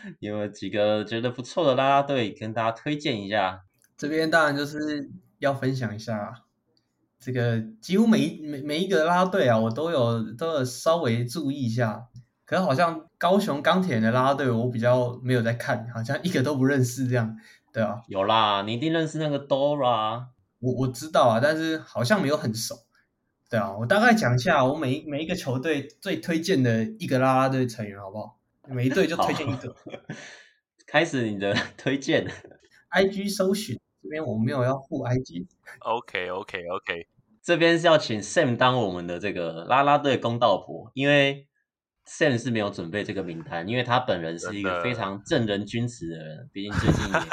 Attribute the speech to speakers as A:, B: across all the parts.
A: 有没有几个觉得不错的啦啦队跟大家推荐一下？
B: 这边当然就是要分享一下这个几乎每一个啦啦队啊，我都有稍微注意一下。可是好像高雄钢铁人的啦啦队，我比较没有在看，好像一个都不认识这样，对啊。
A: 有啦，你一定认识那个 Dora。
B: 我知道啊，但是好像没有很熟。对啊，我大概讲一下我每一个球队最推荐的一个啦啦队成员，好不好？每一队就推荐一
A: 好，
B: 个。
A: 开始你的推荐。
B: IG 搜寻这边我没有要附 IG。
C: OK OK OK，
A: 这边是要请 Sam 当我们的这个啦啦队公道婆，因为 Sam 是没有准备这个名单，因为他本人是一个非常正人君子的人，毕竟最近也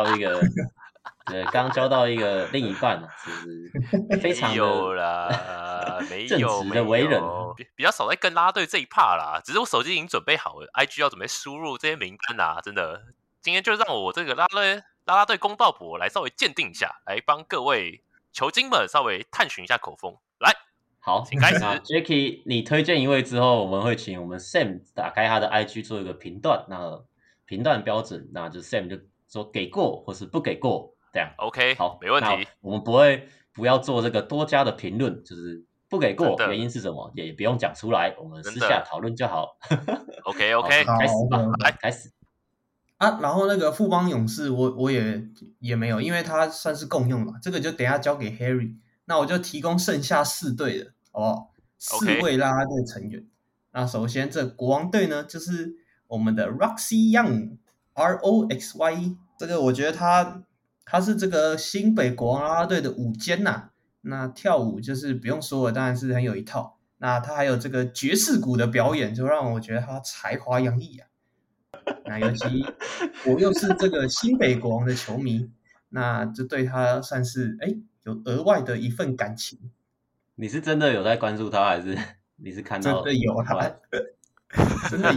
A: 刚交到一个另一半，就是非常
C: 没
A: 的
C: 有啦，没
A: 正
C: 有
A: 直的为人。
C: 比较少在跟啦啦队这一趴啦。只是我手机已经准备好了，IG 要准备输入这些名单啦，真的。今天就让我这个啦啦队公道婆来稍微鉴定一下，来帮各位球精们稍微探寻一下口风。来，
A: 好，
C: 请开始。
A: 那 Jacky， 你推荐一位之后，我们会请我们 Sam 打开他的 IG 做一个评断。那评断标准，那就 Sam 就说给过或是不给过，这样。
C: OK，
A: 好，
C: 没问题。
A: 那我们不要做这个多加的评论，就是不给过原因是什么，也不用讲出来，我们私下讨论就好。
C: OK OK，
A: 开始吧，
B: 好
A: 来开始。
B: 啊，然后那个富邦勇士我也没有，因为他算是共用嘛，这个就等一下交给 Harry。那我就提供剩下4队的，好不好？4位啦啦队成员。那首先这国王队呢，就是我们的 Roxy Young，ROXY。这个我觉得他是这个新北国王啦啦队的舞监呐。那跳舞就是不用说了，当然是很有一套。那他还有这个爵士鼓的表演，就让我觉得他才华洋溢啊。那尤其我又是这个新北国王的球迷，那这对他算是有额外的一份感情。
A: 你是真的有在关注他，还是你是看到
B: 真的有
A: 啊？
B: 真的有。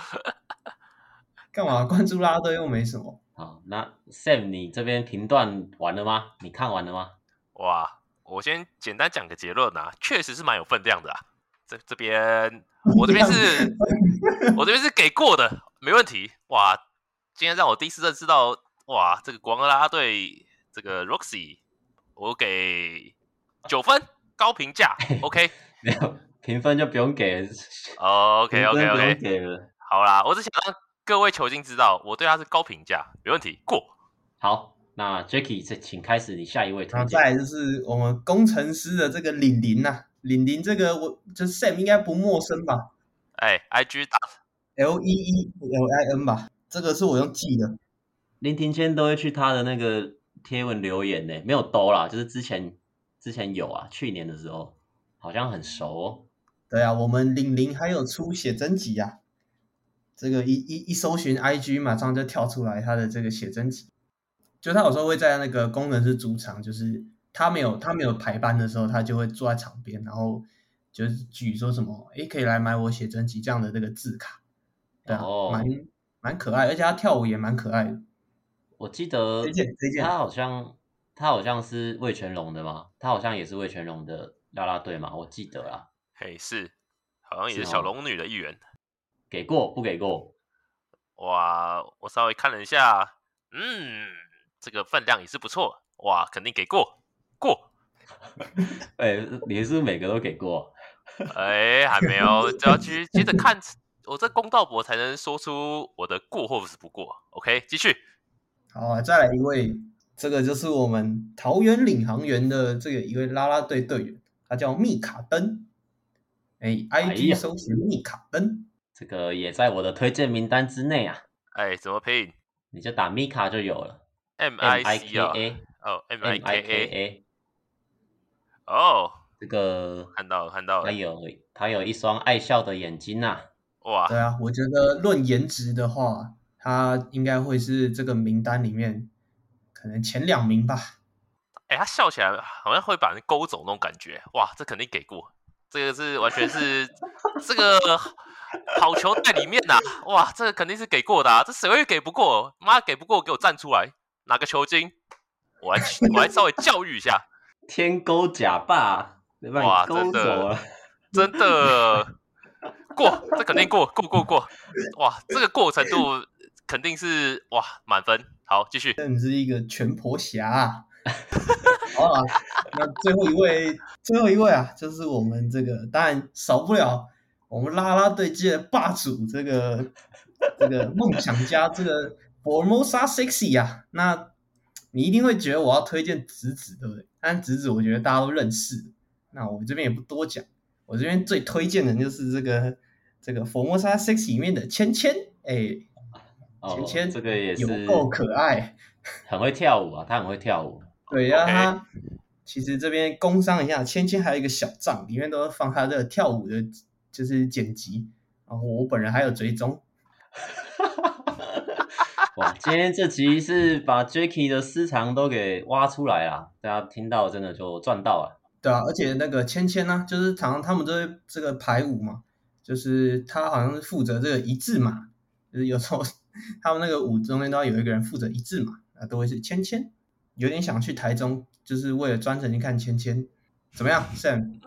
B: 干嘛关注啦啦队又没什么？
A: 好，那 Sam 你这边评断完了吗？你看完了吗？
C: 哇，我先简单讲个结论啊，确实是蛮有分量的啊。这边我这边是给过的，没问题。哇，今天让我第一次认识到，哇，这个国王啦啦队这个 Roxy， 我给9分，高评价。OK，
A: 没有评分就不用给了。
C: OK，
A: 不用给了。
C: 好啦，我只想让各位球精知道，我对他是高评价，没问题，过。
A: 好，那 Jacky 请开始你下一位推荐。
B: 再来就是我们工程师的这个领林呐，领林这个就是 Sam 应该不陌生吧
C: ？IG 打
B: LEELIN 吧，这个是我用记的。
A: 林庭谦都会去他的那个贴文留言呢，没有兜啦，就是之前有啊，去年的时候好像很熟哦。
B: 对啊，我们领林还有出写真集啊，这个一搜寻 IG 马上就跳出来他的这个写真集。就他有时候会在那个工程师主场，就是他没有排班的时候，他就会坐在场边，然后就是举说什么可以来买我写真集这样的这个字卡。对啊，蛮可爱，而且他跳舞也蛮可爱的。
A: 我记得
B: 推荐
A: 他好像是味全龙的嘛，他好像也是味全龙的啦啦队嘛，我记得啦。
C: 是，好像也是小龙女的一员。
A: 给过不给过？
C: 哇，我稍微看了一下，这个分量也是不错，哇，肯定给过。
A: 你是不是每个都给过？
C: 还没有，只要去接着看，我这公道博才能说出我的过或是不过。OK， 继续。
B: 好啊，再来一位，这个就是我们桃园领航员的这个一位啦啦队队员，他叫密卡登。IG 搜寻密卡登，
A: 这个也在我的推荐名单之内啊。
C: 怎么拼？
A: 你就打 Mika 就有了。
C: MIKA。哦 ，MIKA。哦，
A: 这个
C: 看到了。
A: 他有一双爱笑的眼睛啊。
C: 哇，
B: 对啊，我觉得论颜值的话，他应该会是这个名单里面可能前2名吧。
C: 他笑起来好像会把人勾走那种感觉，哇，这肯定给过。这个是完全是这个好球在里面啊，哇，这个肯定是给过的啊，这谁会给不过？妈，给不过给我站出来，哪个球精？我来稍微教育一下。
A: 天勾假霸，哇，勾走了，
C: 真的过，这肯定过。哇，这个过程度肯定是哇满分。好，继续。
B: 你是一个全婆侠啊。好啊，那最后一位啊，就是我们这个当然少不了我们啦啦队界的霸主这个梦想家这个 Formosa Sexy 啊。那你一定会觉得我要推荐直子，对不对？但直子我觉得大家都认识，那我这边也不多讲。我这边最推荐的就是这个 Formosa Sexy 里面的芊芊，芊芊
A: 这个也是
B: 有够可爱，
A: 很会跳舞啊，他很会跳舞。
B: 对呀，他其实这边工商一下，芊芊还有一个小账，里面都是放他的跳舞的，就是剪辑，然后我本人还有追踪。
A: 哇，今天这集是把 Jacky 的私藏都给挖出来了，大家听到真的就赚到了。
B: 对啊，而且那个芊芊呢，就是常常他们都会这个排舞嘛，就是他好像是负责这个一字马，就是有时候他们那个舞中间都要有一个人负责一字马，都会是芊芊。有点想去台中，就是为了专程去看芊芊，怎么样 ，Sam？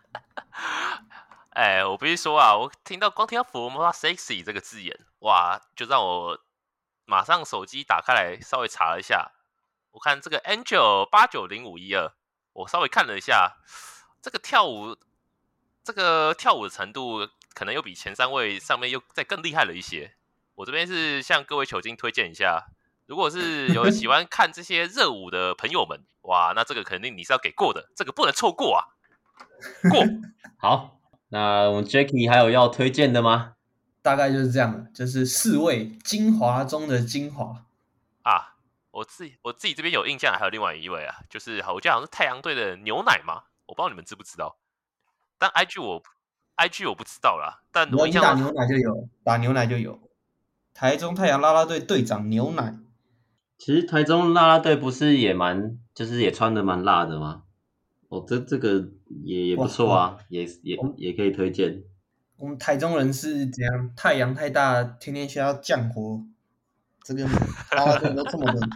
C: 我必须说啊，我光听到Formosa Sexy 这个字眼，哇，就让我马上手机打开来稍微查了一下，我看这个 Angel 890512，我稍微看了一下，这个跳舞的程度，可能又比前3位上面又再更厉害了一些。我这边是向各位球精推荐一下，如果是有喜欢看这些热舞的朋友们，哇，那这个肯定你是要给过的，这个不能错过啊！过。
A: 好，那我们 Jacky 还有要推荐的吗？
B: 大概就是这样了，就是4位精华中的精华
C: 啊。我自己这边有印象，还有另外一位啊，就是我记得好像是太阳队的牛奶嘛，我不知道你们知不知道，但 IG 我不知道啦。但我印象
B: 打牛奶就有，打牛奶就有。台中太阳啦啦队队长牛奶，
A: 其实台中啦啦队不是也就是也穿的蛮辣的吗？这个也不错啊，也可以推荐。
B: 我们台中人是怎样？太阳太大，天天需要降火，这个啦啦队都这么的。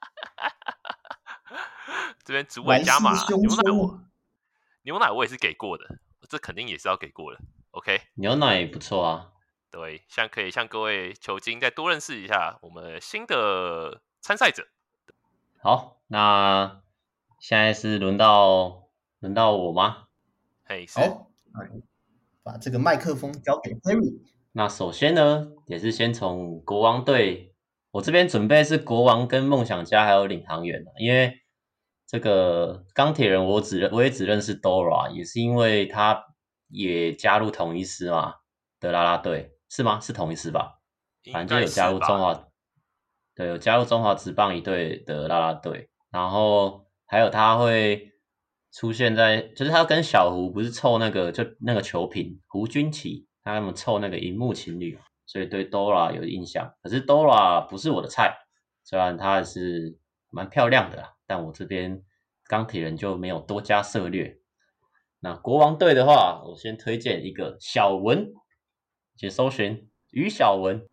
C: 这边主委加码，牛奶我也是给过的，这肯定也是要给过的。OK，
A: 牛奶也不错啊。
C: 对，可以向各位球精再多认识一下我们新的参赛者。
A: 好，那现在是轮到我吗？
B: 好，把这个麦克风交给 Harry。
A: 那首先呢，也是先从国王队，我这边准备是国王跟梦想家还有领航员，因为这个钢铁人我也只认识 Dora， 也是因为他也加入同一师嘛的啦啦队，是吗？是同一师吧？反正就有加入中华，对，有加入中华职棒一队的啦啦队，然后还有他会出现在，就是他跟小胡不是凑那个球评胡君奇，他们凑那个荧幕情侣，所以对 Dora 有印象。可是 Dora 不是我的菜，虽然她是蛮漂亮的啦，但我这边钢铁人就没有多加涉略。那国王队的话，我先推荐一个小文，请搜寻于小文。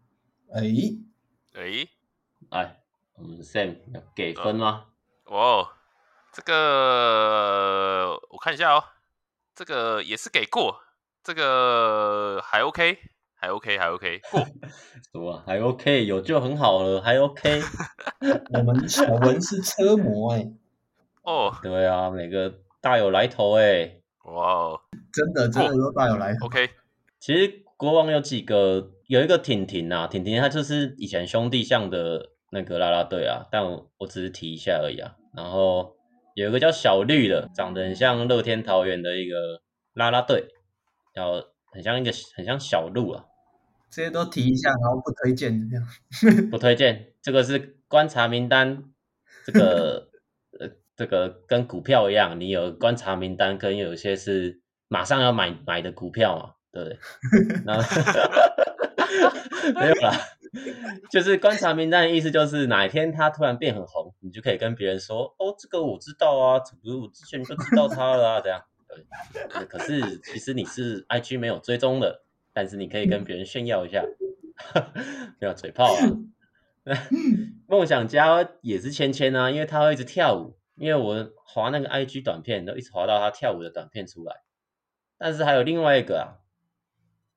A: 我们 Sam 有给分吗？
C: 这个我看一下哦，这个也是给过，这个还 OK， 过。
A: 什么还 OK？ 有就很好了，还 OK。
B: 我们小文是车模
A: 对啊，每个大有来头
B: 真的都大有来头。
C: OK，
A: 其实国王有几个，有一个婷婷啊，婷婷她就是以前兄弟象的那个啦啦队啊，但我只是提一下而已啊。然后有一个叫小绿的，长得很像乐天桃园的一个啦啦队，很像小鹿啊。
B: 这些都提一下，然后不推荐这样。
A: 不推荐，这个是观察名单，这个跟股票一样，你有观察名单，跟有些是马上要买的股票嘛，对不对？没有啦，就是观察名单的意思，就是哪一天他突然变很红，你就可以跟别人说，哦，这个我知道啊，这不是我之前就知道他了啊，这样。对，可是其实你是 IG 没有追踪的，但是你可以跟别人炫耀一下，不要嘴炮啊。梦想家也是芊芊啊，因为他会一直跳舞，因为我滑那个 IG 短片都一直滑到他跳舞的短片出来。但是还有另外一个啊，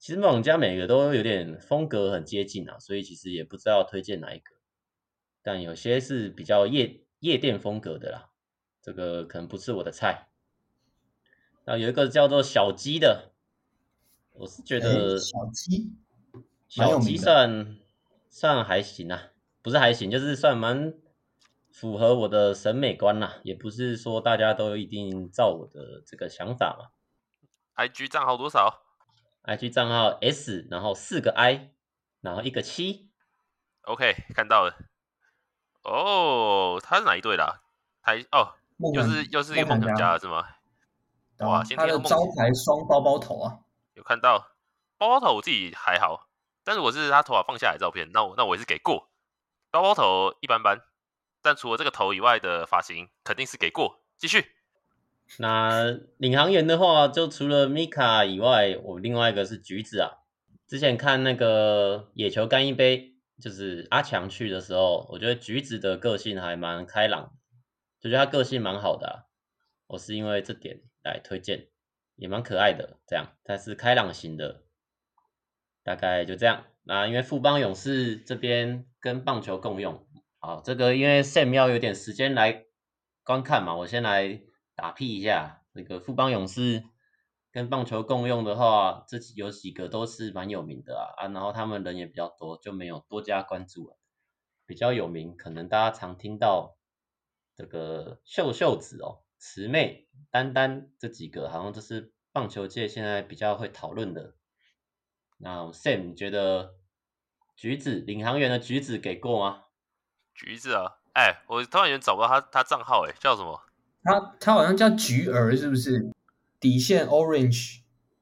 A: 其实梦想家每个都有点风格很接近啊，所以其实也不知道推荐哪一个。但有些是比较夜店风格的啦，这个可能不是我的菜。那有一个叫做小鸡的，我是觉得
B: 小鸡蛮
A: 小鸡
B: 有名的。
A: 算还行啊，不是还行，就是算蛮符合我的审美观啦，也不是说大家都一定照我的这个想法嘛。
C: IG 账号多少？
A: IG 账号 S，然后4个 I，然后1个7，
C: OK， 看到了。哦，他是哪一队的、啊？又是一个梦想家是吗？哇，先
B: 他的招牌双包包头啊，
C: 有看到。包包头我自己还好，但是我是他头发放下来的照片，那我也是给过。包包头一般般，但除了这个头以外的发型，肯定是给过。继续。
A: 那领航员的话，就除了米卡以外，我另外一个是橘子啊。之前看那个野球干一杯，就是阿强去的时候，我觉得橘子的个性还蛮开朗，就觉得他个性蛮好的啊。我是因为这点来推荐，也蛮可爱的。这样，他是开朗型的，大概就这样。那因为富邦勇士这边跟棒球共用，好，这个因为 Sam 要有点时间来观看嘛，我先来打屁一下。那个富邦勇士跟棒球共用的话，有几个都是蛮有名的然后他们人也比较多，就没有多加关注了。比较有名，可能大家常听到这个秀子哦、慈妹、丹丹这几个，好像这是棒球界现在比较会讨论的。那 Sam 你觉得领航员的橘子给过吗？
C: 橘子啊，我突然有点找不到他账号，叫什么？
B: 他好像叫菊儿，是不是？底线 Orange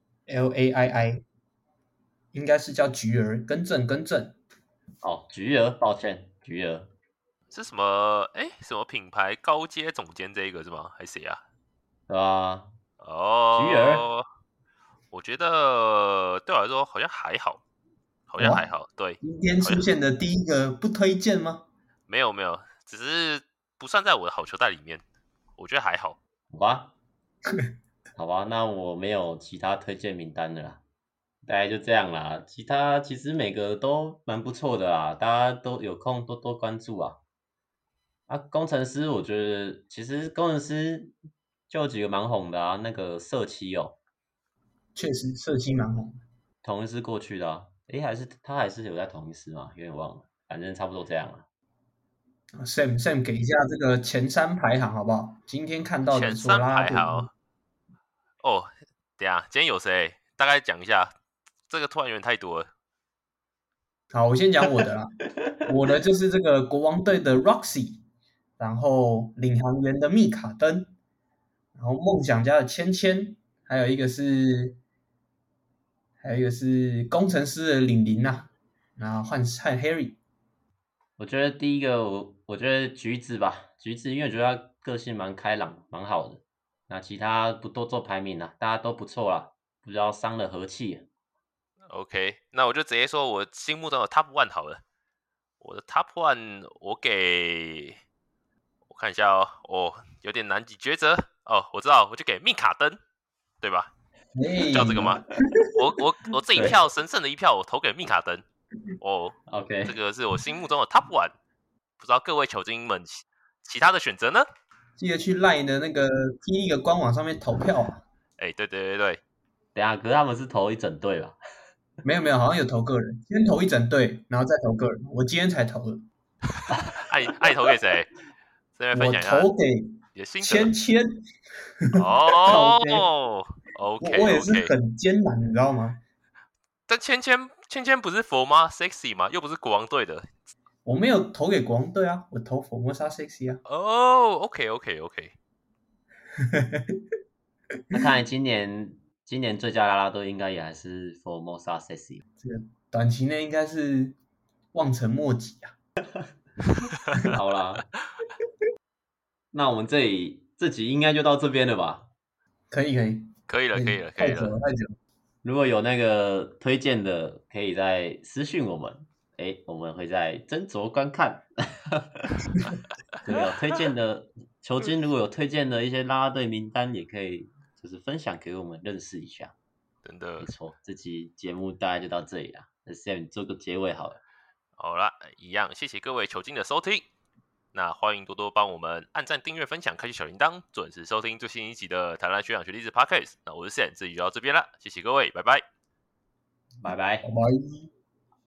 B: LAII， 应该是叫菊儿，更正。
A: 哦，橘儿，抱歉，橘儿
C: 是什么？什么品牌高阶总监这一个是吗？还是谁啊？
A: 对吧？橘儿，
C: 哦，我觉得对我来说好像还好，对。
B: 今天出现的第一个不推荐吗？
C: 没有，只是不算在我的好球袋里面，我觉得还好。
A: 好吧，好吧，那我没有其他推荐名单的啦，大概就这样啦。其他其实每个都蛮不错的啦，大家都有空多多关注啊。工程师我觉得其实工程师就有几个蛮红的啊，那个社七哦，
B: 确实，社区蛮红。
A: 同一师过去的啊，他还是有在同一师吗？有点忘了，反正差不多这样了。
B: Sam 给一下这个前3排行好不好？今天看到的
C: 前3
B: 说啦啦队。
C: 排好哦，等一下今天有谁？大概讲一下，这个突然有点太多了。
B: 好，我先讲我的啦。我的就是这个国王队的 Roxy， 然后领航员的密卡登，然后梦想家的芊，还有一个是工程师的领啊，然后换 Harry。
A: 我觉得第一个我觉得橘子吧，橘子因为我觉得他个性蛮开朗，蛮好的。那其他不多做排名啦，大家都不错啦，不知道伤了和气。
C: OK， 那我就直接说我心目中的 Top One 好了。我的 Top One 我看一下有点难以抉择哦。我知道，我就给密卡登，对吧？叫这个吗？我这一票神圣的一票，我投给密卡登。
A: OK，
C: 这个是我心目中的 Top One。不知道各位球精们其他的选择呢？
B: 记得去 LINE 的那个霹雳的官网上面投票啊。
C: 对。
A: 等一下，可是他们是投一整队吧？
B: 没有，好像有投个人，先投一整队，然后再投个人。我今天才投的。
C: 你投给谁？这边分享一下。
B: 我投给芊。
C: 哦，OK，
B: 我也是很艰难，你知道吗？
C: 但芊不是佛吗 ？Sexy 吗？又不是国王队的。
B: 我没有投给国王队啊，我投佛摩沙 Sexy 啊。
C: OK。
A: 那看来今年最佳啦啦队应该也还是 Formosa Sexy。
B: 这个短期内应该是望尘莫及啊。
A: 好啦，那我们这集应该就到这边了吧？
B: 可以了。太久了。
A: 如果有那个推荐的，可以再私讯我们，我们会再斟酌观看。有推荐的球精，如果有推荐的一些啦啦队名单，也可以就是分享给我们认识一下。
C: 真的
A: 没错，这期节目大概就到这里啦。那 Sam 做个结尾好了。
C: 好啦，一样谢谢各位球精的收听。那欢迎多多帮我们按赞、订阅、分享、开启小铃铛，准时收听最新一集的台湾学长学弟子 Podcast。那我是 Sam，这集就到这边了，谢谢各位，拜拜，
A: 拜拜。
B: 拜拜。